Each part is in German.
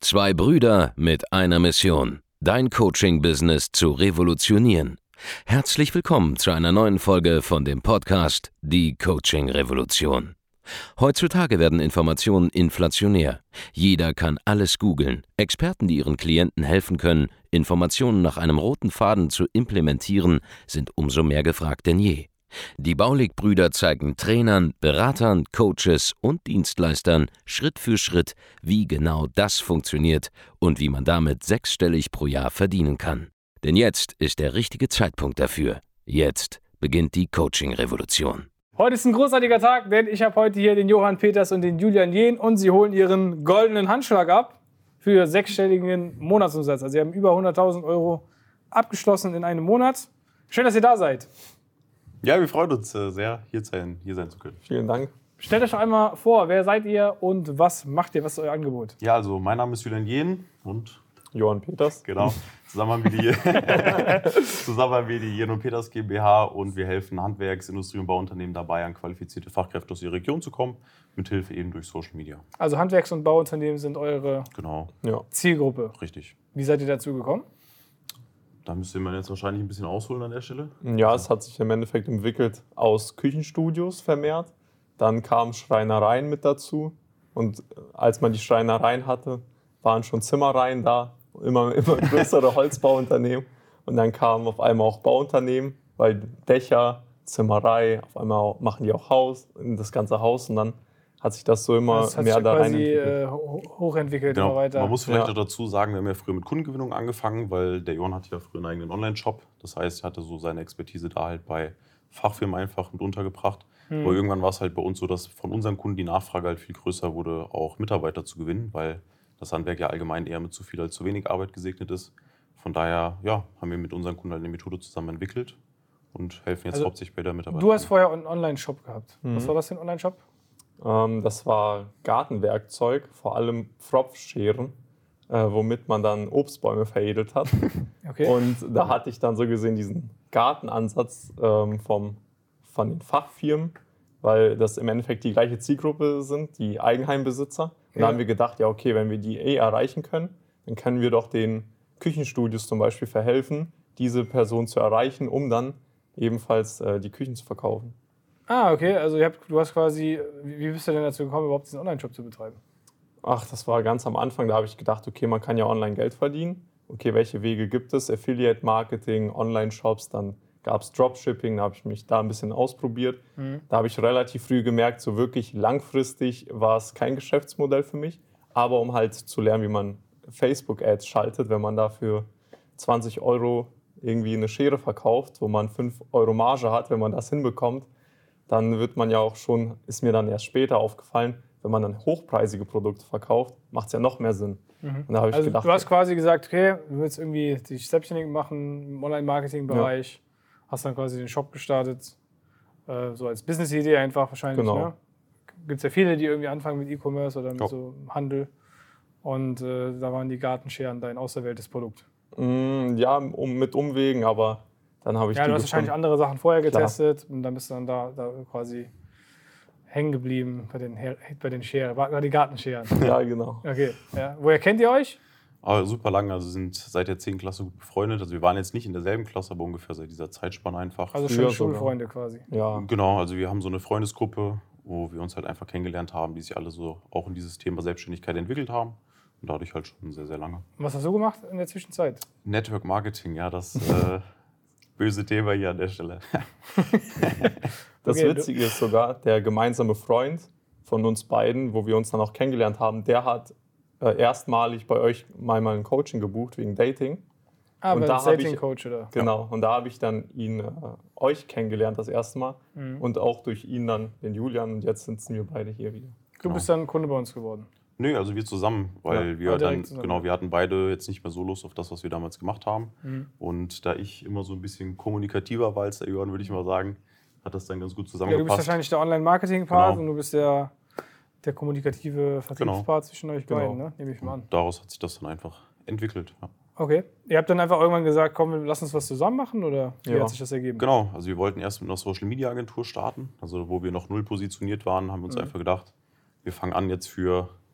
Zwei Brüder mit einer Mission, dein Coaching-Business zu revolutionieren. Herzlich willkommen zu einer neuen Folge von dem Podcast Die Coaching-Revolution. Heutzutage werden Informationen inflationär. Jeder kann alles googeln. Experten, die ihren Klienten helfen können, Informationen nach einem roten Faden zu implementieren, sind umso mehr gefragt denn je. Die Baulig-Brüder zeigen Trainern, Beratern, Coaches und Dienstleistern Schritt für Schritt, wie genau das funktioniert und wie man damit sechsstellig pro Jahr verdienen kann. Denn jetzt ist der richtige Zeitpunkt dafür. Jetzt beginnt die Coaching-Revolution. Heute ist ein großartiger Tag, denn ich habe heute hier den Johann Peters und den Julian Jehn und sie holen ihren goldenen Handschlag ab für sechsstelligen Monatsumsatz. Also sie haben über 100.000 Euro abgeschlossen in einem Monat. Schön, dass ihr da seid. Ja, wir freuen uns sehr, hier sein zu können. Vielen Dank. Stellt euch doch einmal vor, wer seid ihr und was macht ihr? Was ist euer Angebot? Ja, also mein Name ist Julian Jehn und Johann Peters. Genau. Zusammen haben wir die Jehn und Peters GmbH und wir helfen Handwerks-, Industrie- und Bauunternehmen dabei, an qualifizierte Fachkräfte aus ihrer Region zu kommen, mithilfe eben durch Social Media. Also Handwerks- und Bauunternehmen sind eure Zielgruppe. Richtig. Wie seid ihr dazu gekommen? Da müsste man jetzt wahrscheinlich ein bisschen ausholen an der Stelle. Ja, es hat sich im Endeffekt entwickelt aus Küchenstudios vermehrt. Dann kamen Schreinereien mit dazu. Und als man die Schreinereien hatte, waren schon Zimmerreihen da. Immer größere Holzbauunternehmen. Und dann kamen auf einmal auch Bauunternehmen, weil Dächer, Zimmerei, auf einmal machen die auch Haus, das ganze Haus. Und dann hat sich das so immer mehr da rein entwickelt. Hochentwickelt, Genau. immer weiter. Man muss vielleicht auch dazu sagen, wir haben ja früher mit Kundengewinnung angefangen, weil der Johann hatte ja früher einen eigenen Online-Shop. Das heißt, er hatte so seine Expertise da halt bei Fachfirmen einfach mit untergebracht. Aber irgendwann war es halt bei uns so, dass von unseren Kunden die Nachfrage halt viel größer wurde, auch Mitarbeiter zu gewinnen, weil das Handwerk ja allgemein eher mit zu viel als zu wenig Arbeit gesegnet ist. Von daher haben wir mit unseren Kunden halt eine Methode zusammen entwickelt und helfen jetzt hauptsächlich bei der Mitarbeit. Du hast vorher einen Online-Shop gehabt. Was war das für ein Online-Shop? Das war Gartenwerkzeug, vor allem Pfropfscheren, womit man dann Obstbäume veredelt hat. Okay. Und da hatte ich dann so gesehen diesen Gartenansatz von den Fachfirmen, weil das im Endeffekt die gleiche Zielgruppe sind, die Eigenheimbesitzer. Und da haben wir gedacht, ja okay, wenn wir die erreichen können, dann können wir doch den Küchenstudios zum Beispiel verhelfen, diese Person zu erreichen, um dann ebenfalls die Küchen zu verkaufen. Ah, okay. Also du hast quasi, wie bist du denn dazu gekommen, überhaupt diesen Online-Shop zu betreiben? Ach, das war ganz am Anfang, da habe ich gedacht, okay, man kann ja online Geld verdienen. Okay, welche Wege gibt es? Affiliate-Marketing, Online-Shops, dann gab es Dropshipping, da habe ich mich da ein bisschen ausprobiert. Da habe ich relativ früh gemerkt, so wirklich langfristig war es kein Geschäftsmodell für mich. Aber um halt zu lernen, wie man Facebook-Ads schaltet, wenn man dafür 20 Euro irgendwie eine Schere verkauft, wo man 5 Euro Marge hat, wenn man das hinbekommt, dann wird man ja auch schon, ist mir dann erst später aufgefallen, wenn man dann hochpreisige Produkte verkauft, macht es ja noch mehr Sinn. Und da habe ich gedacht, du hast quasi gesagt, okay, du willst irgendwie dich selbstständig machen im Online-Marketing-Bereich, hast dann quasi den Shop gestartet, so als Business-Idee einfach wahrscheinlich. Genau. Ne? Gibt es ja viele, die irgendwie anfangen mit E-Commerce oder mit so Handel. Und da waren die Gartenscheren dein auserwähltes Produkt. Ja, mit Umwegen, aber dann habe ich du die hast wahrscheinlich gefunden. andere Sachen vorher getestet und dann bist du dann da quasi hängen geblieben bei den Scheren, bei den Gartenscheren. Ja, genau. Okay, ja. Woher kennt ihr euch? Aber super lange, also sind seit der 10. Klasse gut befreundet. Also wir waren jetzt nicht in derselben Klasse, aber ungefähr seit dieser Zeitspanne einfach. Also Früher schon sogar. Schulfreunde quasi. Ja, Genau, also wir haben so eine Freundesgruppe, wo wir uns halt einfach kennengelernt haben, die sich alle so auch in dieses Thema Selbstständigkeit entwickelt haben. Und dadurch halt schon sehr, sehr lange. Was hast du gemacht in der Zwischenzeit? Network Marketing, ja, das böse Thema hier an der Stelle. das Okay, Witzige ist sogar, der gemeinsame Freund von uns beiden, wo wir uns dann auch kennengelernt haben, der hat erstmalig bei euch mal ein Coaching gebucht wegen Dating. Aber Und da als habe ich- Dating-Coach, oder? Genau, und da habe ich dann euch kennengelernt das erste Mal und auch durch ihn dann den Julian und jetzt sind wir beide hier wieder. Du bist dann Kunde bei uns geworden. Nö, also wir zusammen, weil wir direkt dann, zusammen. genau, wir hatten beide jetzt nicht mehr so Lust auf das, was wir damals gemacht haben. Und da ich immer so ein bisschen kommunikativer war als der Johann, würde ich mal sagen, hat das dann ganz gut Ja, du bist zusammengepasst. wahrscheinlich der Online-Marketing-Part Genau. und du bist der kommunikative Vertriebspart zwischen euch Genau. beiden, ne? Nehme ich mal an. Daraus hat sich das dann einfach entwickelt. Ja. Okay. Ihr habt dann einfach irgendwann gesagt, komm, lass uns was zusammen machen, oder wie Ja. hat sich das ergeben? Genau, also wir wollten erst mit einer Social-Media-Agentur starten, also wo wir noch null positioniert waren, haben wir uns einfach gedacht, wir fangen an jetzt für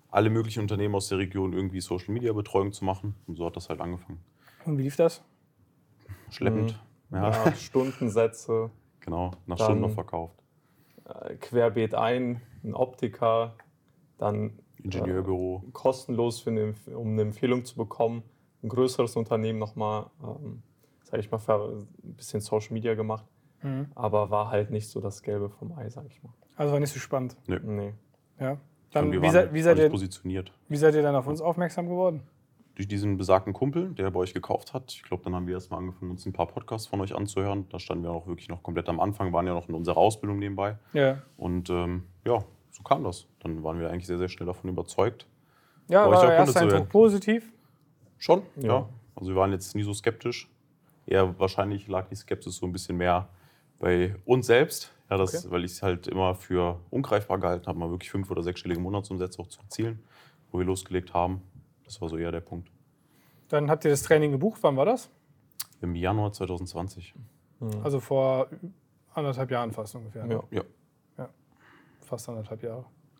alle möglichen Unternehmen aus der Region irgendwie Social-Media-Betreuung zu machen. Und so hat das halt angefangen. Und wie lief das? Schleppend. Ja, Stundensätze, Genau, nach Dann- Stunden noch verkauft. querbeet ein Optiker, dann Ingenieurbüro. kostenlos um eine Empfehlung zu bekommen, ein größeres Unternehmen nochmal, sage ich mal, für ein bisschen Social Media gemacht. Aber war halt nicht so das Gelbe vom Ei, sage ich mal. Also war nicht so spannend. Nee. Ja. Dann, wir wie, waren seid, halt wie, seid alles ihr, positioniert. wie seid ihr dann auf uns aufmerksam geworden? Durch diesen besagten Kumpel, der bei euch gekauft hat. Ich glaube, dann haben wir erstmal angefangen, uns ein paar Podcasts von euch anzuhören. Da standen wir auch wirklich noch komplett am Anfang, waren ja noch in unserer Ausbildung nebenbei. Ja. Und ja, so kam das. Dann waren wir eigentlich sehr, sehr schnell davon überzeugt. Ja, Bei euch war auch der Kunde erste zu Eindruck werden. positiv. Schon, Ja. ja. Also wir waren jetzt nie so skeptisch. Eher wahrscheinlich lag die Skepsis so ein bisschen mehr bei uns selbst. Ja, das, Weil ich es halt immer für ungreifbar gehalten habe, mal wirklich 5- oder 6-stellige Monatsumsätze auch zu erzielen, wo wir losgelegt haben. Das war so eher der Punkt. Dann habt ihr das Training gebucht. Wann war das? Im Januar 2020. Also vor 1,5 Jahren fast ungefähr. Ne? Ja. Ja. Fast 1,5 Jahre.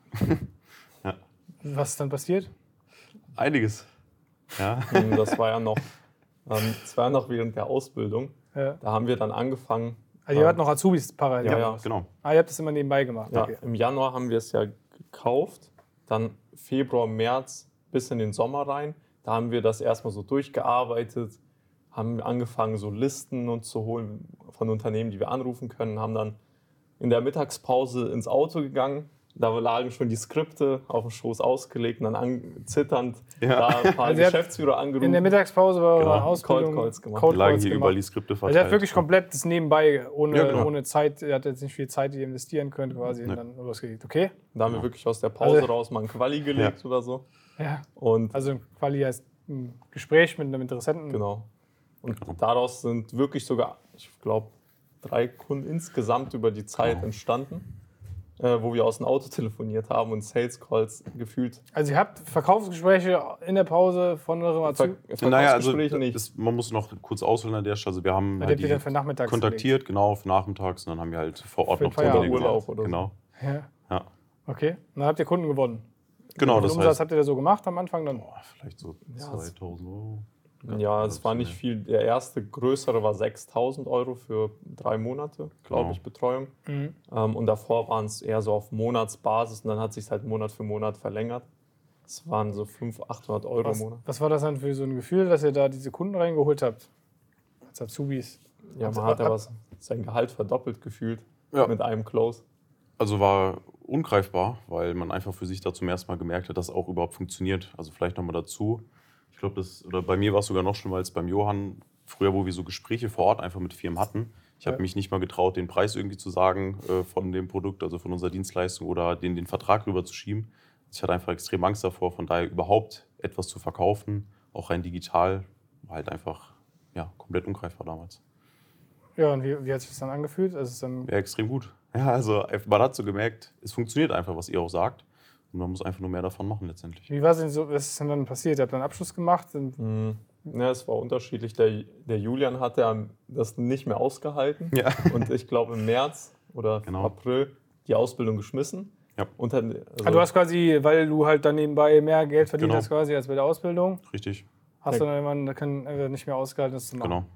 Ja. Was ist dann passiert? Einiges. Ja. Das war ja noch während der Ausbildung. Ja. Da haben wir dann angefangen. Also ihr wart noch Azubis parallel. Ja. Genau. Ah, ihr habt das immer nebenbei gemacht. Ja, Okay. im Januar haben wir es ja gekauft, dann Februar, März bis in den Sommer rein. Da haben wir das erstmal so durchgearbeitet, haben angefangen, so Listen uns zu holen von Unternehmen, die wir anrufen können, haben dann in der Mittagspause ins Auto gegangen. Da lagen schon die Skripte auf dem Schoß ausgelegt und dann zitternd da ein paar Also ihr habt Geschäftsführer angerufen. In der Mittagspause war eure Genau. Ausbildung. Cold Calls gemacht. Wir lagen Calls hier gemacht. überall die Skripte Also verteilt. ihr habt wirklich komplett das nebenbei, ohne, Ja, genau. ohne Zeit, ihr hattet jetzt nicht viel Zeit, die ihr investieren könnt quasi und dann losgelegt. Okay? Da haben wir wirklich aus der Pause Also- raus mal ein Quali gelegt oder so. Ja. Und Also ein Quali heißt ein Gespräch mit einem Interessenten. genau. Und daraus sind wirklich sogar, ich glaube, 3 Kunden insgesamt über die Zeit entstanden, wo wir aus dem Auto telefoniert haben und Sales Calls gefühlt. Also ihr habt Verkaufsgespräche in der Pause von eurem Azubi. Naja, also Verkaufsgespräche nicht. man muss noch kurz ausholen an der Stelle. Also wir haben Weil halt ihr habt die dann für nachmittags kontaktiert, genau, für nachmittags. Und dann haben wir halt vor Ort Für noch den Feierabend. Termine Urlaub gemacht. oder so. Genau. Ja. Ja. Okay. Und dann habt ihr Kunden gewonnen. Genau, Wie viel das Umsatz heißt, habt ihr da so gemacht am Anfang dann? vielleicht so Ja, 2000 Euro. Ja, es war nicht viel. Der erste größere war 6.000 Euro für 3 Monate, glaube Genau. ich, Betreuung. Mhm. Und davor waren es eher so auf Monatsbasis und dann hat sich halt Monat für Monat verlängert. Es waren so 500, 800 Euro im Monat. Was war das dann für so ein Gefühl, dass ihr da diese Kunden reingeholt habt? Als Azubis. Ja, man hat ja sein Gehalt verdoppelt gefühlt Ja. mit einem Close. Also war ungreifbar, weil man einfach für sich da zum ersten Mal gemerkt hat, dass es auch überhaupt funktioniert. Also vielleicht nochmal dazu. Ich glaube, oder bei mir war es sogar noch schlimmer als beim Johann. Früher, wo wir so Gespräche vor Ort einfach mit Firmen hatten. Ich habe mich nicht mal getraut, den Preis irgendwie zu sagen von dem Produkt, also von unserer Dienstleistung oder den Vertrag rüber zu schieben. Ich hatte einfach extrem Angst davor, von daher überhaupt etwas zu verkaufen, auch rein digital, war halt einfach komplett ungreifbar damals. Ja, und wie hat sich das dann angefühlt? Also es ist dann Ja, extrem gut. Ja, also man hat so gemerkt, es funktioniert einfach, was ihr auch sagt. Und man muss einfach nur mehr davon machen letztendlich. Wie war es denn so, was ist denn dann passiert? Ihr habt dann einen Abschluss gemacht? Ja, es war unterschiedlich. Der Julian hat ja das nicht mehr ausgehalten. Ja. Und ich glaube im März oder Genau. April die Ausbildung geschmissen. Ja. Und dann, Ah, du hast quasi, weil du halt dann nebenbei mehr Geld verdient Genau. hast quasi als bei der Ausbildung, Richtig, hast du dann irgendwann nicht mehr ausgehalten, das zu machen. genau.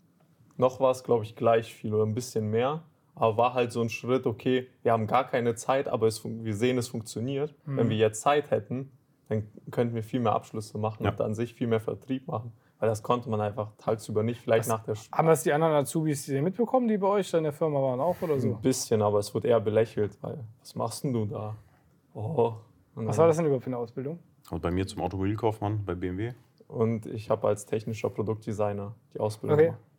noch war es, glaube ich, gleich viel oder ein bisschen mehr. Aber war halt so ein Schritt, okay, wir haben gar keine Zeit, aber wir sehen, es funktioniert. Wenn wir jetzt Zeit hätten, dann könnten wir viel mehr Abschlüsse machen Ja. und an sich viel mehr Vertrieb machen. Weil das konnte man einfach tagsüber nicht, vielleicht nach der Haben das die anderen Azubis die mitbekommen, die bei euch da in der Firma waren auch oder so? Ein bisschen, aber es wird eher belächelt, weil, was machst denn du da? Oh. Und Was dann- war das denn überhaupt für eine Ausbildung? Also bei mir zum Automobilkaufmann bei BMW. Und ich habe als technischer Produktdesigner die Ausbildung Okay. gemacht.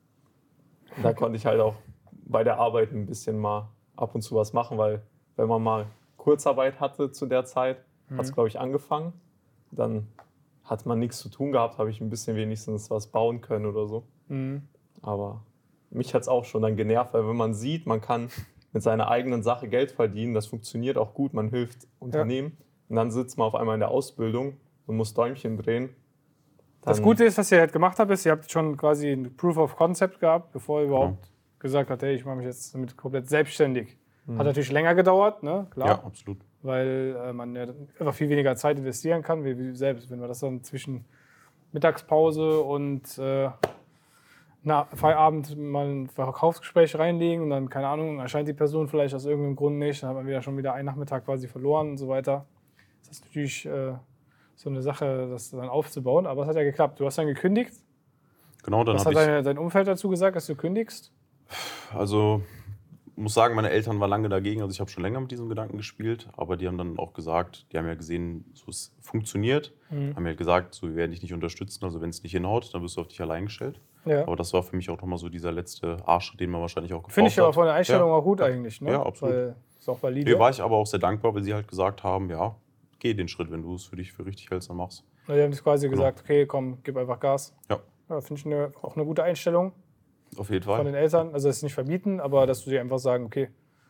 Und da konnte ich halt auch bei der Arbeit ein bisschen mal ab und zu was machen, weil wenn man mal Kurzarbeit hatte zu der Zeit, hat es, glaube ich, angefangen. Dann hat man nichts zu tun gehabt, habe ich ein bisschen wenigstens was bauen können oder so. Aber mich hat es auch schon dann genervt, weil wenn man sieht, man kann mit seiner eigenen Sache Geld verdienen, das funktioniert auch gut, man hilft Unternehmen. Und dann sitzt man auf einmal in der Ausbildung und muss Däumchen drehen. Das Gute ist, was ihr halt gemacht habt, ist, ihr habt schon quasi ein Proof of Concept gehabt, bevor ihr überhaupt gesagt habt, hey, ich mache mich jetzt damit komplett selbstständig. Hat natürlich länger gedauert, ne? Klar. Ja, absolut. weil man ja einfach viel weniger Zeit investieren kann, wie selbst, wenn wir das dann zwischen Mittagspause und Feierabend mal ein Verkaufsgespräch reinlegen und dann, keine Ahnung, erscheint die Person vielleicht aus irgendeinem Grund nicht, dann hat man schon wieder einen Nachmittag quasi verloren und so weiter. Das ist natürlich so eine Sache, das dann aufzubauen, aber es hat ja geklappt. Du hast dann gekündigt. Genau, dann Was hat dein Umfeld dazu gesagt, dass du kündigst? Also, muss sagen, meine Eltern waren lange dagegen. Also ich habe schon länger mit diesem Gedanken gespielt, aber die haben dann auch gesagt, die haben ja gesehen, so es funktioniert. Haben ja gesagt, so, wir werden dich nicht unterstützen, also wenn es nicht hinhaut, dann wirst du auf dich allein gestellt. Ja. Aber das war für mich auch nochmal so dieser letzte Arsch, den man wahrscheinlich auch gebraucht hat. Finde ich aber von der Einstellung auch gut eigentlich. Ne? Ja, absolut. Weil ist auch valide. Hier war ich aber auch sehr dankbar, weil sie halt gesagt haben, ja, geh den Schritt, wenn du es für dich für richtig hältst, dann mach's. Die haben quasi gesagt, okay, komm, gib einfach Gas. Ja. Ja, finde ich auch eine gute Einstellung Auf jeden von Fall. den Eltern. Also das nicht verbieten, aber dass du dir einfach sagen, okay,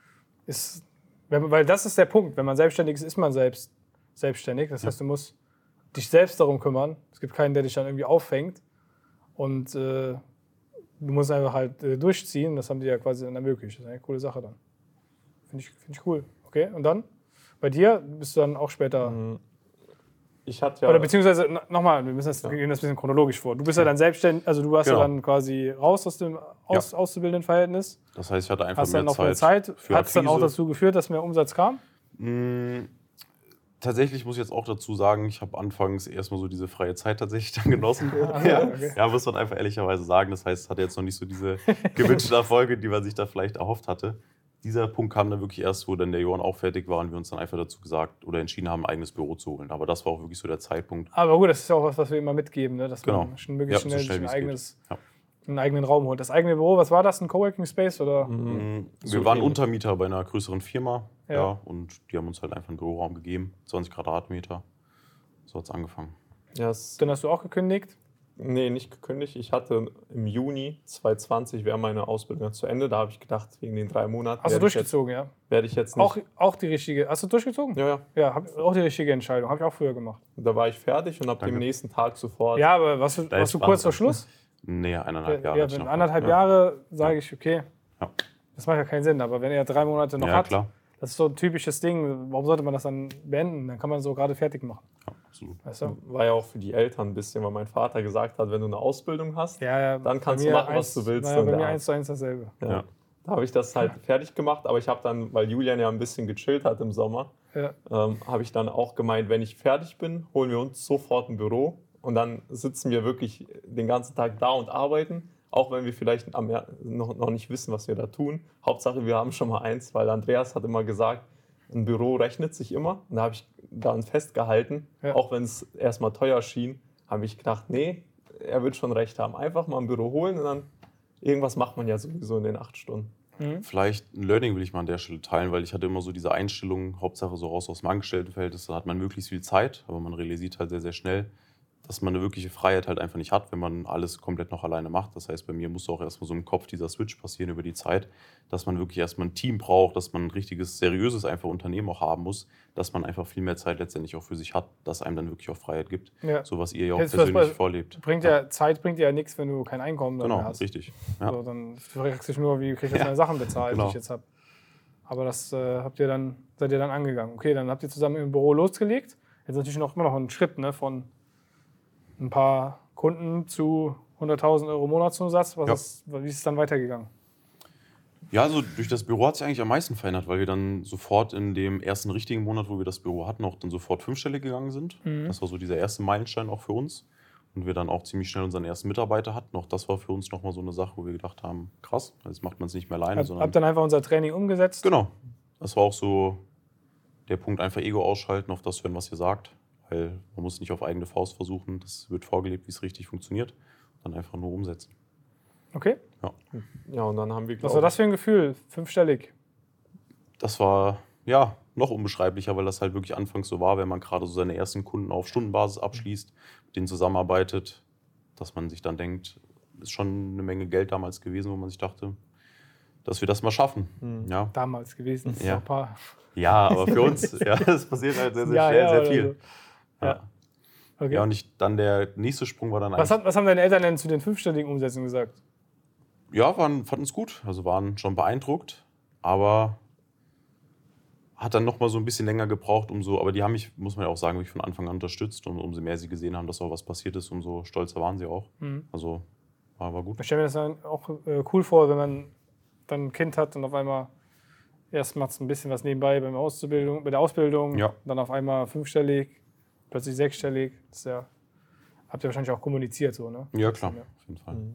weil das ist der Punkt. Wenn man selbstständig ist, ist man selbstständig. Das heißt, du musst dich selbst darum kümmern. Es gibt keinen, der dich dann irgendwie auffängt. Und du musst einfach halt durchziehen. Das haben die ja quasi dann ermöglicht. Das ist eine coole Sache dann. Finde ich cool. Okay, und dann? Bei dir bist du dann auch später... Ich hatte ja... Oder beziehungsweise, nochmal, wir müssen gehen das ein bisschen chronologisch vor. Du bist ja dann selbstständig, also du warst ja dann quasi raus aus dem Auszubildenden-Verhältnis. Das heißt, ich hatte einfach Hast dann mehr noch mehr Zeit Zeit. für Hat es dann auch Akquise. dazu geführt, dass mehr Umsatz kam? Tatsächlich muss ich jetzt auch dazu sagen, ich habe anfangs erstmal so diese freie Zeit tatsächlich dann genossen. Okay. Ja, muss man einfach ehrlicherweise sagen. Das heißt, es hatte jetzt noch nicht so diese gewünschten Erfolge, die man sich da vielleicht erhofft hatte. Dieser Punkt kam dann wirklich erst, wo dann der Johann auch fertig war und wir uns dann einfach dazu gesagt oder entschieden haben, ein eigenes Büro zu holen. Aber das war auch wirklich so der Zeitpunkt. Aber gut, das ist ja auch was wir immer mitgeben, ne? Dass man schon möglichst so schnell schnell, sich wie es geht. einen eigenen Raum holt. Das eigene Büro, was war das? Ein Coworking Space? Oder? Wir waren Untermieter bei einer größeren Firma Ja. und die haben uns halt einfach einen Büroraum gegeben, 20 Quadratmeter. So hat es angefangen. Ja, Dann hast du auch gekündigt? nee, nicht gekündigt. Ich hatte im Juni 2020 wäre meine Ausbildung zu Ende. Da habe ich gedacht, wegen den 3 Monaten Hast du durchgezogen, ja? werde ich jetzt nicht... Auch die richtige. Hast du durchgezogen? Ja. Ja, auch die richtige Entscheidung. Habe ich auch früher gemacht. Da war ich fertig und habe Danke. dem nächsten Tag sofort... Ja, aber warst du ist kurz vor Wahnsinn. Schluss? Nee, 1,5 Jahre. Ja, hatte ich wenn noch. 1,5 Jahre sage ich, okay, Ja. das macht ja keinen Sinn. Aber wenn er 3 Monate noch Ja, hat, klar. das ist so ein typisches Ding. Warum sollte man das dann beenden? Dann kann man so gerade fertig machen. Ja, absolut. Weißt du? War ja auch für die Eltern ein bisschen, weil mein Vater gesagt hat, wenn du eine Ausbildung hast, Ja, dann kannst bei du mir machen, was du willst. Naja, Und bei mir da- 1:1 dasselbe. Ja. Da habe ich das halt fertig gemacht, aber ich habe dann, weil Julian ja ein bisschen gechillt hat im Sommer, Ja. habe ich dann auch gemeint, wenn ich fertig bin, holen wir uns sofort ein Büro und dann sitzen wir wirklich den ganzen Tag da und arbeiten, auch wenn wir vielleicht noch nicht wissen, was wir da tun. Hauptsache, wir haben schon mal eins, weil Andreas hat immer gesagt, ein Büro rechnet sich immer. Und da habe ich dann festgehalten, Ja. auch wenn es erstmal teuer schien, habe ich gedacht, nee, er wird schon recht haben. Einfach mal ein Büro holen und dann irgendwas macht man ja sowieso in den 8 Stunden. Vielleicht ein Learning will ich mal an der Stelle teilen, weil ich hatte immer so diese Einstellung, Hauptsache so raus aus dem Angestelltenverhältnis, da hat man möglichst viel Zeit, aber man realisiert halt sehr, sehr schnell, dass man eine wirkliche Freiheit halt einfach nicht hat, wenn man alles komplett noch alleine macht. Das heißt, bei mir musste auch erstmal so im Kopf dieser Switch passieren über die Zeit, dass man wirklich erstmal ein Team braucht, dass man ein richtiges, seriöses einfach Unternehmen auch haben muss, dass man einfach viel mehr Zeit letztendlich auch für sich hat, dass einem dann wirklich auch Freiheit gibt. Ja. So was ihr ja auch Jetzt persönlich vorlebt. Zeit bringt dir ja nichts, wenn du kein Einkommen dann Genau, mehr hast. richtig. Ja. So, dann fragst du dich nur, wie kriege ich jetzt meine Sachen bezahlt, die Genau. ich jetzt habe. Aber das seid ihr dann angegangen. Okay, dann habt ihr zusammen im Büro losgelegt. Jetzt natürlich immer noch ein Schritt, ne, von ein paar Kunden zu 100.000 Euro Monatsumsatz. Wie ist es dann weitergegangen? Ja, also durch das Büro hat sich eigentlich am meisten verändert, weil wir dann sofort in dem ersten richtigen Monat, wo wir das Büro hatten, auch dann sofort 5-stellig gegangen sind. Das war so dieser erste Meilenstein auch für uns. Und wir dann auch ziemlich schnell unseren ersten Mitarbeiter hatten. Auch das war für uns nochmal so eine Sache, wo wir gedacht haben, krass, jetzt macht man es nicht mehr alleine, sondern... Habt dann einfach unser Training umgesetzt? Genau. Das war auch so der Punkt, einfach Ego ausschalten, auf das hören, was ihr sagt. Weil man muss nicht auf eigene Faust versuchen, das wird vorgelebt, wie es richtig funktioniert. Dann einfach nur umsetzen. Okay. Ja, und dann haben wir, Was war das für ein Gefühl? 5-stellig. Das war ja noch unbeschreiblicher, weil das halt wirklich anfangs so war, wenn man gerade so seine ersten Kunden auf Stundenbasis abschließt, mit denen zusammenarbeitet, dass man sich dann denkt, ist schon eine Menge Geld damals gewesen, wo man sich dachte, dass wir das mal schaffen. Ja. Damals gewesen. Das ist Ja. noch ein paar. Ja, aber für uns, ja, es passiert halt sehr, sehr schnell, sehr oder viel. so. Ja. Okay. Ja, und dann der nächste Sprung war dann was haben deine Eltern denn zu den 5-stelligen Umsätzen gesagt? ja, fanden es gut, also waren schon beeindruckt, aber hat dann noch mal so ein bisschen länger gebraucht, aber die haben mich, muss man ja auch sagen, wirklich von Anfang an unterstützt. Und umso mehr sie gesehen haben, dass auch was passiert ist, umso stolzer waren sie auch. Also war gut. Ich stelle mir das dann auch cool vor, wenn man dann ein Kind hat und auf einmal erst macht es ein bisschen was nebenbei bei der Ausbildung, dann auf einmal 5-stellig, plötzlich 6-stellig. Das ist ja, habt ihr wahrscheinlich auch kommuniziert so, ne? Ja, klar, auf jeden Fall.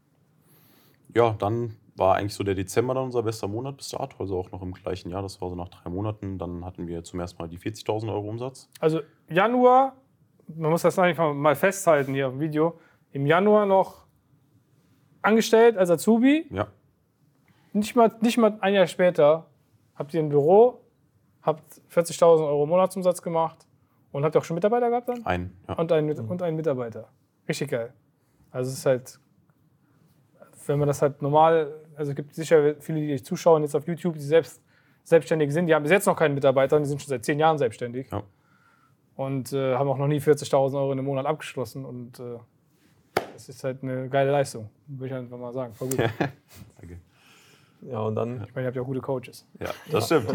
Ja, dann war eigentlich so der Dezember dann unser bester Monat bis dato, also auch noch im gleichen Jahr, das war so nach 3 Monaten. Dann hatten wir zum ersten Mal die 40.000 Euro Umsatz. Also Januar, man muss das einfach mal festhalten hier auf dem Video, im Januar noch angestellt als Azubi. Ja. Nicht mal ein Jahr später habt ihr ein Büro, habt 40.000 Euro Monatsumsatz gemacht und habt ihr auch schon Mitarbeiter gehabt dann? Ja. Und einen Mitarbeiter. Richtig geil. Also es ist halt, wenn man das halt normal, also es gibt sicher viele, die zuschauen jetzt auf YouTube, die selbstständig sind, die haben bis jetzt noch keinen Mitarbeiter und die sind schon seit 10 Jahren selbstständig. Ja. Und haben auch noch nie 40.000 Euro in einem Monat abgeschlossen und das ist halt eine geile Leistung, würde ich einfach mal sagen. Voll gut. Danke. Ja, und dann, Ich meine, ihr habt ja auch gute Coaches. Ja, das stimmt.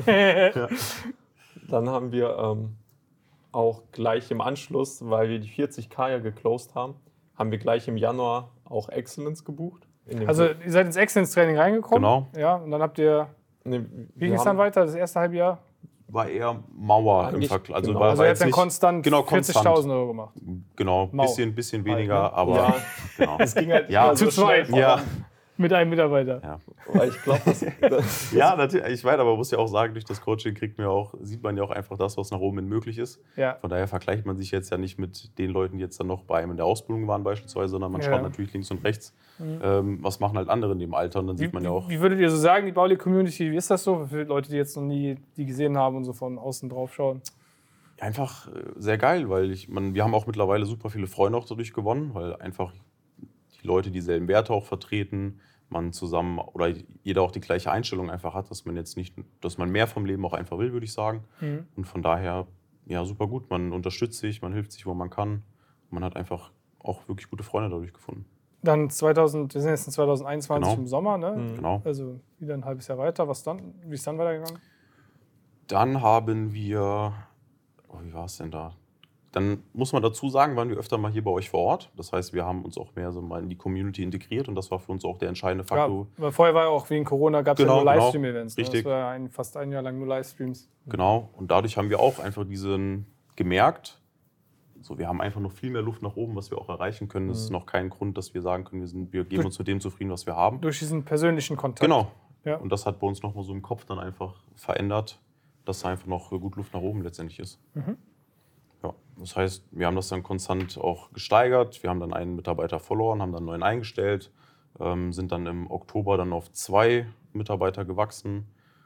dann haben wir auch gleich im Anschluss, weil wir die 40.000 ja geclosed haben wir gleich im Januar auch Excellence gebucht. Also ihr seid ins Excellence-Training reingekommen. Genau. Ja, und dann habt ihr, wie ging es dann weiter, das erste Halbjahr? War eher Mauer im Vergleich. Also, genau. Also war ihr habt dann nicht- konstant genau, 40.000 Euro gemacht. Genau, Mau. bisschen weniger, ne? aber Ja. genau. Es ging halt Ja, immer zu zweit. schnell Ja, voran, Mit einem Mitarbeiter. ja. weil ich glaube, Ja, natürlich. Ich weiß, aber man muss ja auch sagen, durch das Coaching sieht man ja auch einfach das, was nach oben hin möglich ist. Ja. Von daher vergleicht man sich jetzt ja nicht mit den Leuten, die jetzt dann noch bei einem in der Ausbildung waren beispielsweise, sondern man schaut natürlich links und rechts, was machen halt andere in dem Alter. Und dann sieht man ja auch. Wie würdet ihr so sagen, die Bauli-Community, wie ist das so für Leute, die jetzt noch nie die gesehen haben und so von außen drauf schauen? Einfach sehr geil, weil wir haben auch mittlerweile super viele Freunde auch dadurch gewonnen, weil einfach die Leute dieselben Werte auch vertreten, man zusammen oder jeder auch die gleiche Einstellung einfach hat, dass man mehr vom Leben auch einfach will, würde ich sagen. Und von daher, ja, super gut. Man unterstützt sich, man hilft sich, wo man kann. Man hat einfach auch wirklich gute Freunde dadurch gefunden. Dann wir sind jetzt in 2021 Genau. im Sommer, ne? Genau. Also wieder ein halbes Jahr weiter. Wie ist dann weitergegangen? Dann haben wir, wie war es denn da? Dann muss man dazu sagen, waren wir öfter mal hier bei euch vor Ort. Das heißt, wir haben uns auch mehr so mal in die Community integriert und das war für uns auch der entscheidende Faktor. Ja, weil vorher war ja auch wegen Corona, gab es ja nur Livestream-Events. Ne? Richtig. Das war ja fast ein Jahr lang nur Livestreams. Genau, und dadurch haben wir auch einfach gemerkt, so, wir haben einfach noch viel mehr Luft nach oben, was wir auch erreichen können. Es ist noch kein Grund, dass wir sagen können, wir geben uns mit dem zufrieden, was wir haben. Durch diesen persönlichen Kontakt. Genau. Ja. Und das hat bei uns nochmal so im Kopf dann einfach verändert, dass da einfach noch gut Luft nach oben letztendlich ist. Ja, das heißt, wir haben das dann konstant auch gesteigert. Wir haben dann einen Mitarbeiter verloren, haben dann einen neuen eingestellt, sind dann im Oktober dann auf 2 Mitarbeiter gewachsen.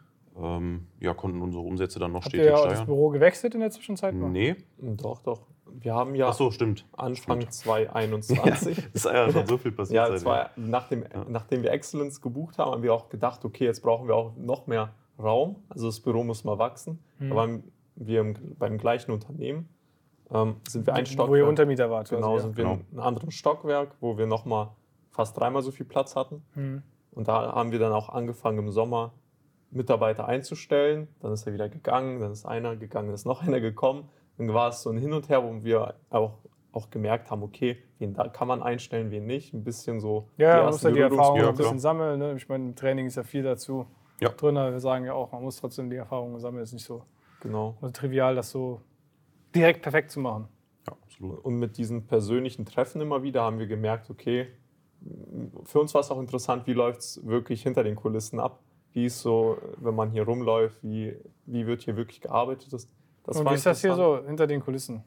Konnten unsere Umsätze dann noch Habt ihr stetig ja das steigern. Büro gewechselt in der Zwischenzeit? noch? Nee. Doch. Wir haben ja Ach so, stimmt. Anfang 2021. Ist ja schon so viel passiert. Ja, seitdem. nachdem wir Excellence gebucht haben, haben wir auch gedacht, okay, jetzt brauchen wir auch noch mehr Raum. Also das Büro muss mal wachsen. Da waren wir beim gleichen Unternehmen. Sind wir ein Stockwerk. Wo ihr Untermieter wart. Genau, quasi, sind wir in einem anderen Stockwerk, wo wir nochmal fast 3-mal so viel Platz hatten. Und da haben wir dann auch angefangen im Sommer Mitarbeiter einzustellen. Dann ist er wieder gegangen, dann ist einer gegangen, dann ist noch einer gekommen. Dann war es so ein Hin und Her, wo wir auch gemerkt haben, okay, wen da kann man einstellen, wen nicht. Ein bisschen so Ja, man muss ja die Erfahrung Ja, ein bisschen klar. sammeln. Ne? Ich meine, im Training ist ja viel dazu Ja. drin. Aber wir sagen ja auch, man muss trotzdem die Erfahrungen sammeln. Es ist nicht so Genau. trivial, das so direkt perfekt zu machen. Ja, absolut. Und mit diesen persönlichen Treffen immer wieder haben wir gemerkt, okay, für uns war es auch interessant, wie läuft es wirklich hinter den Kulissen ab. Wie ist so, wenn man hier rumläuft, wie wird hier wirklich gearbeitet? Das Und war wie ist das hier interessant. so hinter den Kulissen?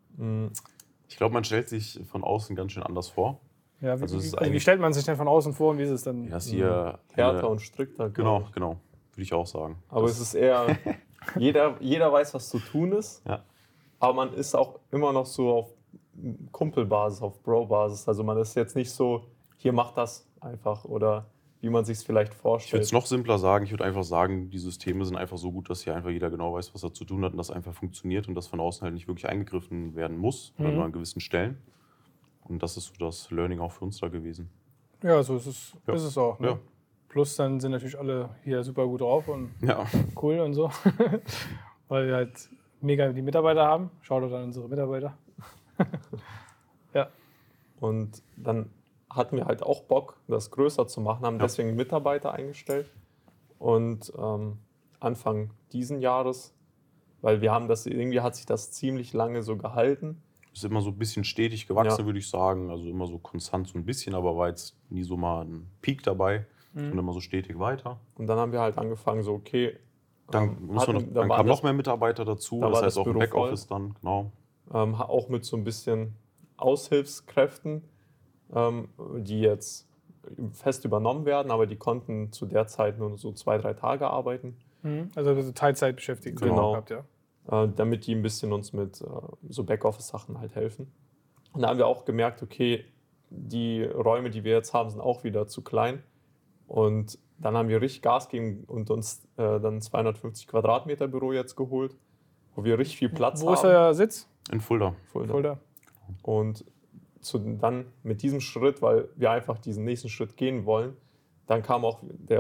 Ich glaube, man stellt sich von außen ganz schön anders vor. Ja, Also es ist wie eigentlich- stellt man sich denn von außen vor und wie ist es dann? Dass hier Härter und strikter. Genau, würde ich auch sagen. Aber es ist eher, jeder weiß, was zu tun ist. Ja. Aber man ist auch immer noch so auf Kumpelbasis, auf Bro-Basis. Also man ist jetzt nicht so, hier macht das einfach oder wie man sich es vielleicht Ich würde vorstellt. es noch simpler sagen. Ich würde einfach sagen, die Systeme sind einfach so gut, dass hier einfach jeder genau weiß, was er zu tun hat und das einfach funktioniert und dass von außen halt nicht wirklich eingegriffen werden muss, oder nur an gewissen Stellen. Und das ist so das Learning auch für uns da gewesen. Ja, so ist es, ist es auch. Ne? Ja. Plus dann sind natürlich alle hier super gut drauf und Ja. cool und so. Weil wir halt mega die Mitarbeiter haben. Shoutout an unsere Mitarbeiter. Ja. Und dann hatten wir halt auch Bock, das größer zu machen, haben deswegen Mitarbeiter eingestellt. Und Anfang diesen Jahres, weil wir haben das, irgendwie hat sich das ziemlich lange so gehalten. Ist immer so ein bisschen stetig gewachsen, würde ich sagen. Also immer so konstant so ein bisschen, aber war jetzt nie so mal ein Peak dabei. Und immer so stetig weiter. Und dann haben wir halt angefangen, so okay. Dann kamen noch mehr Mitarbeiter dazu, das heißt auch im Backoffice dann, genau. Auch mit so ein bisschen Aushilfskräften, die jetzt fest übernommen werden, aber die konnten zu der Zeit nur so 2-3 Tage arbeiten. Also Teilzeit beschäftigt. Genau. Gehabt, ja. Damit die ein bisschen uns mit so Backoffice-Sachen halt helfen. Und da haben wir auch gemerkt, okay, die Räume, die wir jetzt haben, sind auch wieder zu klein. Und dann haben wir richtig Gas gegeben und uns dann 250 Quadratmeter Büro jetzt geholt, wo wir richtig viel Platz haben. Wo ist euer Sitz? In Fulda. Fulda. Und dann mit diesem Schritt, weil wir einfach diesen nächsten Schritt gehen wollen, dann kam auch die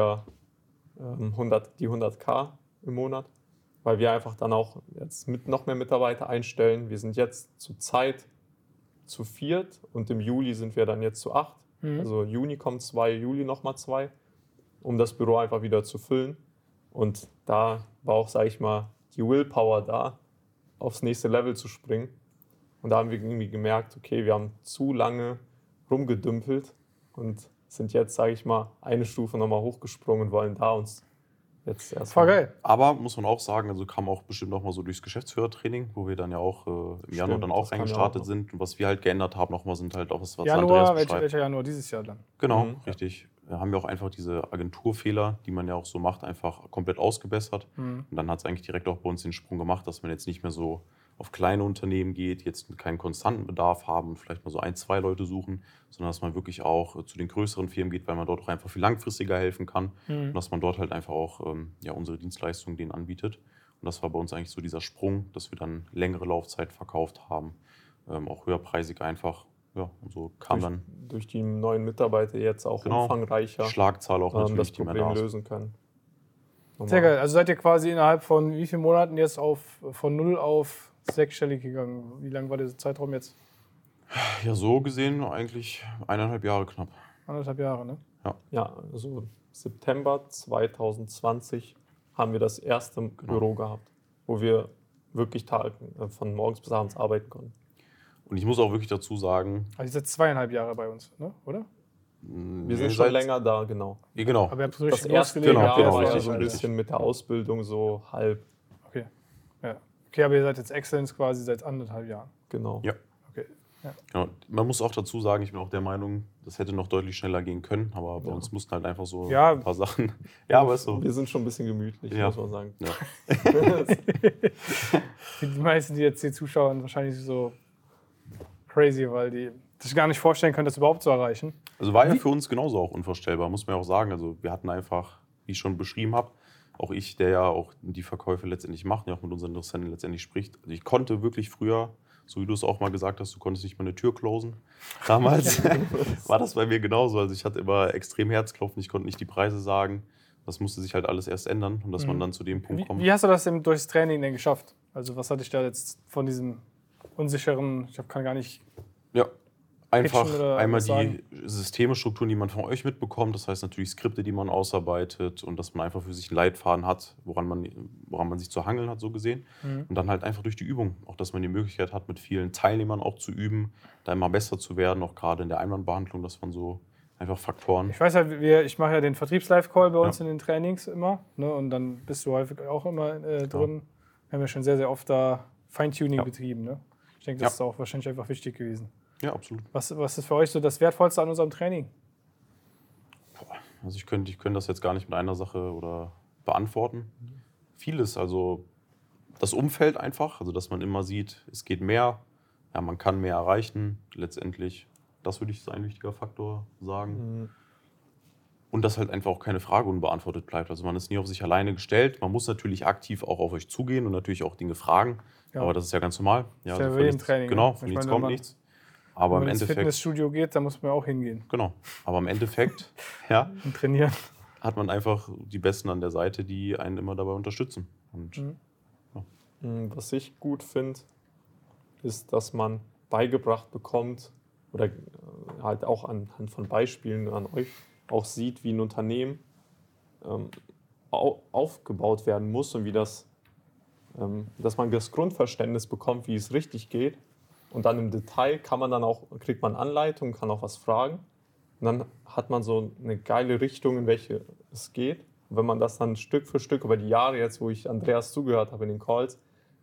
100k im Monat, weil wir einfach dann auch jetzt mit noch mehr Mitarbeiter einstellen. Wir sind jetzt zur Zeit zu 4 und im Juli sind wir dann jetzt zu 8. Also Juni kommen 2, Juli nochmal 2, um das Büro einfach wieder zu füllen. Und da war auch, sage ich mal, die Willpower da, aufs nächste Level zu springen. Und da haben wir irgendwie gemerkt, okay, wir haben zu lange rumgedümpelt und sind jetzt, sage ich mal, eine Stufe nochmal hochgesprungen und wollen da uns jetzt erst. Voll geil. Aber muss man auch sagen, also kam auch bestimmt noch mal so durchs Geschäftsführertraining, wo wir dann ja auch im Januar dann auch reingestartet sind. Und was wir halt geändert haben nochmal, sind halt auch was Januar, welcher Januar? Dieses Jahr dann? Genau, richtig. Da haben wir auch einfach diese Agenturfehler, die man ja auch so macht, einfach komplett ausgebessert. Und dann hat es eigentlich direkt auch bei uns den Sprung gemacht, dass man jetzt nicht mehr so auf kleine Unternehmen geht, jetzt keinen konstanten Bedarf haben und vielleicht mal so 1-2 Leute suchen, sondern dass man wirklich auch zu den größeren Firmen geht, weil man dort auch einfach viel langfristiger helfen kann und dass man dort halt einfach auch unsere Dienstleistungen denen anbietet. Und das war bei uns eigentlich so dieser Sprung, dass wir dann längere Laufzeit verkauft haben, auch höherpreisig einfach. Ja, und so kam dann durch die neuen Mitarbeiter jetzt auch umfangreicher Schlagzahl auch natürlich, das Problem lösen können. Sehr geil. Also seid ihr quasi innerhalb von wie vielen Monaten jetzt von 0 auf 6-stellig gegangen? Wie lang war der Zeitraum jetzt? Ja, so gesehen eigentlich 1,5 Jahre knapp. 1,5 Jahre, ne? Ja, also September 2020 haben wir das erste Büro gehabt, wo wir wirklich von morgens bis abends arbeiten konnten. Und ich muss auch wirklich dazu sagen... Also ihr seid 2,5 Jahre bei uns, ne? Oder? Wir sind schon länger da, genau. Ja, genau. Aber ihr habt Das erste Jahr war ja so ein richtig. bisschen mit der Ausbildung so halb. Okay. Ja. Okay, aber ihr seid jetzt Excellence quasi seit 1,5 Jahren. Genau. Ja. Okay. Ja. Genau. Man muss auch dazu sagen, ich bin auch der Meinung, das hätte noch deutlich schneller gehen können, aber bei uns mussten halt einfach so ein paar Sachen. Ja, aber ist so. Wir sind schon ein bisschen gemütlich, muss man sagen. Ja. Die meisten, die jetzt hier zuschauen, wahrscheinlich so crazy, weil die sich gar nicht vorstellen können, das überhaupt zu erreichen. Also war ja für uns genauso auch unvorstellbar, muss man ja auch sagen. Also wir hatten einfach, wie ich schon beschrieben habe, auch ich, der ja auch die Verkäufe letztendlich macht, der auch mit unseren Interessenten letztendlich spricht. Also ich konnte wirklich früher, so wie du es auch mal gesagt hast, du konntest nicht mal eine Tür closen. Damals war das bei mir genauso. Also ich hatte immer extrem Herzklopfen, ich konnte nicht die Preise sagen. Das musste sich halt alles erst ändern und dass man dann zu dem Punkt kommt. Wie hast du das denn durchs Training denn geschafft? Also was hatte ich da jetzt von diesem unsicheren, kann gar nicht... Ja, einfach einmal sagen? die Systeme, Strukturen, die man von euch mitbekommt. Das heißt natürlich Skripte, die man ausarbeitet und dass man einfach für sich einen Leitfaden hat, woran man sich zu hangeln hat, so gesehen. Und dann halt einfach durch die Übung. Auch, dass man die Möglichkeit hat, mit vielen Teilnehmern auch zu üben, da immer besser zu werden, auch gerade in der Einwandbehandlung, dass man so einfach Faktoren... Ich weiß halt, ich mache ja den Vertriebs-Live-Call bei uns in den Trainings immer. Ne, und dann bist du häufig auch immer drin. Wir haben ja schon sehr, sehr oft da Feintuning betrieben. Ne? Ich denke, das ist auch wahrscheinlich einfach wichtig gewesen. Ja, absolut. Was ist für euch so das Wertvollste an unserem Training? Also ich könnte das jetzt gar nicht mit einer Sache oder beantworten. Vieles, also das Umfeld einfach, also dass man immer sieht, es geht mehr, ja, man kann mehr erreichen letztendlich. Das würde ich als ein wichtiger Faktor sagen. Und dass halt einfach auch keine Frage unbeantwortet bleibt. Also man ist nie auf sich alleine gestellt. Man muss natürlich aktiv auch auf euch zugehen und natürlich auch Dinge fragen. Ja. Aber das ist ja ganz normal. Ja, ist ja also Training. Genau, von nichts kommt nichts. Aber wenn man ins Fitnessstudio geht, da muss man auch hingehen. Genau. Aber im Endeffekt, ja. Und trainieren. hat man einfach die Besten an der Seite, die einen immer dabei unterstützen. Und, Was ich gut finde, ist, dass man beigebracht bekommt oder halt auch anhand von Beispielen an euch auch sieht, wie ein Unternehmen aufgebaut werden muss und wie dass man das Grundverständnis bekommt, wie es richtig geht. Und dann im Detail kriegt man Anleitung, kann auch was fragen. Und dann hat man so eine geile Richtung, in welche es geht. Und wenn man das dann Stück für Stück über die Jahre jetzt, wo ich Andreas zugehört habe in den Calls,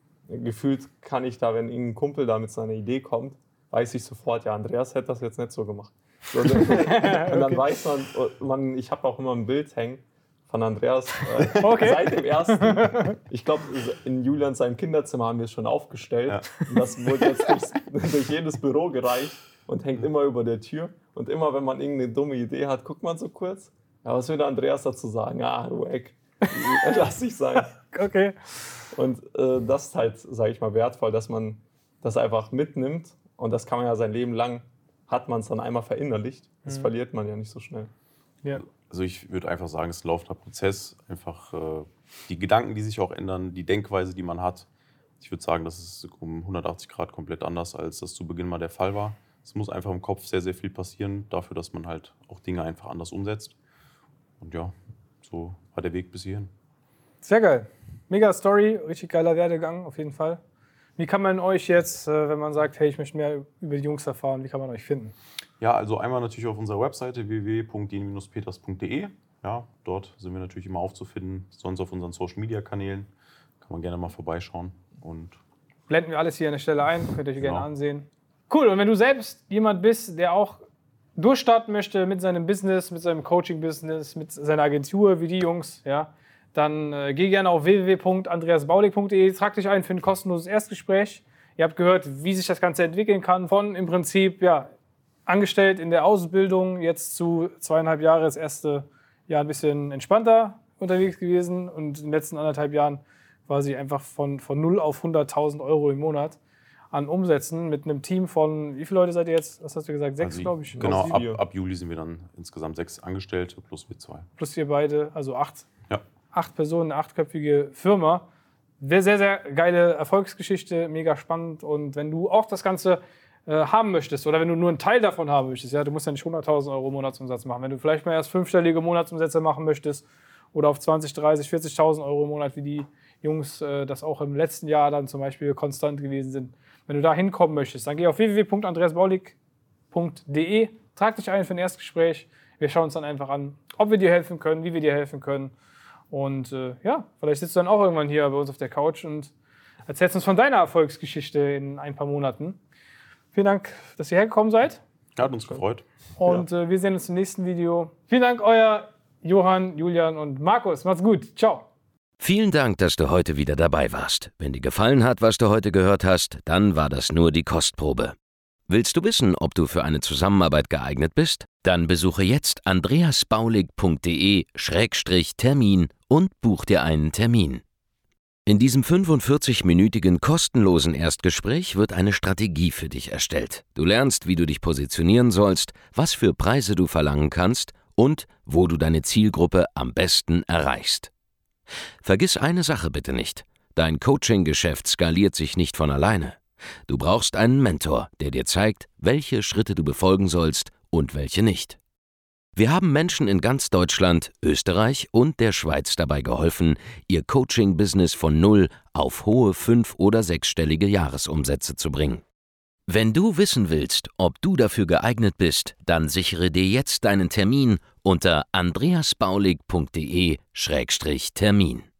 gefühlt kann ich da, wenn irgendein Kumpel da mit seiner Idee kommt, weiß ich sofort, ja, Andreas hätte das jetzt nicht so gemacht. Und dann weiß man, ich habe auch immer ein Bild hängen von Andreas seit dem ersten. Ich glaube, in Julian seinem Kinderzimmer haben wir es schon aufgestellt. Ja. Und das wurde jetzt durch jedes Büro gereicht und hängt immer über der Tür. Und immer, wenn man irgendeine dumme Idee hat, guckt man so kurz. Ja, was würde Andreas dazu sagen? Ah, du Eck. Lass dich sein. Okay. Und das ist halt, sage ich mal, wertvoll, dass man das einfach mitnimmt. Und das kann man ja sein Leben lang, hat man es dann einmal verinnerlicht. Das verliert man ja nicht so schnell. Ja. Also ich würde einfach sagen, es ist ein laufender Prozess. Einfach die Gedanken, die sich auch ändern, die Denkweise, die man hat. Ich würde sagen, das ist um 180 Grad komplett anders, als das zu Beginn mal der Fall war. Es muss einfach im Kopf sehr, sehr viel passieren, dafür, dass man halt auch Dinge einfach anders umsetzt. Und ja, so war der Weg bis hierhin. Sehr geil. Mega Story, richtig geiler Werdegang auf jeden Fall. Wie kann man euch jetzt, wenn man sagt, hey, ich möchte mehr über die Jungs erfahren, wie kann man euch finden? Ja, also einmal natürlich auf unserer Webseite www.den-peters.de. Ja, dort sind wir natürlich immer aufzufinden. Sonst auf unseren Social-Media-Kanälen kann man gerne mal vorbeischauen. Und blenden wir alles hier an der Stelle ein, könnt ihr euch gerne ansehen. Cool, und wenn du selbst jemand bist, der auch durchstarten möchte mit seinem Business, mit seinem Coaching-Business, mit seiner Agentur wie die Jungs, ja, dann geh gerne auf www.andreasbaulig.de, trag dich ein für ein kostenloses Erstgespräch. Ihr habt gehört, wie sich das Ganze entwickeln kann, von im Prinzip angestellt in der Ausbildung, jetzt zu 2,5 Jahre, das erste Jahr ein bisschen entspannter unterwegs gewesen und in den letzten 1,5 Jahren quasi einfach von 0 auf 100.000 Euro im Monat an Umsätzen mit einem Team von, wie viele Leute seid ihr jetzt? Was hast du gesagt? 6, glaube ich? Genau, ab Juli sind wir dann insgesamt 6 Angestellte plus wir 2. Plus wir beide, also 8. Ja. 8 Personen, eine 8-köpfige Firma. Sehr, sehr geile Erfolgsgeschichte, mega spannend. Und wenn du auch das Ganze haben möchtest oder wenn du nur einen Teil davon haben möchtest, ja, du musst ja nicht 100.000 Euro Monatsumsatz machen. Wenn du vielleicht mal erst 5-stellige Monatsumsätze machen möchtest oder auf 20, 30, 40.000 Euro im Monat, wie die Jungs das auch im letzten Jahr dann zum Beispiel konstant gewesen sind. Wenn du da hinkommen möchtest, dann geh auf www.andreasbaulig.de, trag dich ein für ein Erstgespräch. Wir schauen uns dann einfach an, ob wir dir helfen können, wie wir dir helfen können. Und vielleicht sitzt du dann auch irgendwann hier bei uns auf der Couch und erzählst uns von deiner Erfolgsgeschichte in ein paar Monaten. Vielen Dank, dass ihr hergekommen seid. Hat uns gefreut. Und wir sehen uns im nächsten Video. Vielen Dank, euer Johann, Julian und Markus. Macht's gut. Ciao. Vielen Dank, dass du heute wieder dabei warst. Wenn dir gefallen hat, was du heute gehört hast, dann war das nur die Kostprobe. Willst du wissen, ob du für eine Zusammenarbeit geeignet bist? Dann besuche jetzt andreasbaulig.de/termin und buch dir einen Termin. In diesem 45-minütigen kostenlosen Erstgespräch wird eine Strategie für dich erstellt. Du lernst, wie du dich positionieren sollst, was für Preise du verlangen kannst und wo du deine Zielgruppe am besten erreichst. Vergiss eine Sache bitte nicht. Dein Coaching-Geschäft skaliert sich nicht von alleine. Du brauchst einen Mentor, der dir zeigt, welche Schritte du befolgen sollst und welche nicht. Wir haben Menschen in ganz Deutschland, Österreich und der Schweiz dabei geholfen, ihr Coaching-Business von 0 auf hohe 5- oder 6-stellige Jahresumsätze zu bringen. Wenn du wissen willst, ob du dafür geeignet bist, dann sichere dir jetzt deinen Termin unter andreasbaulig.de/termin.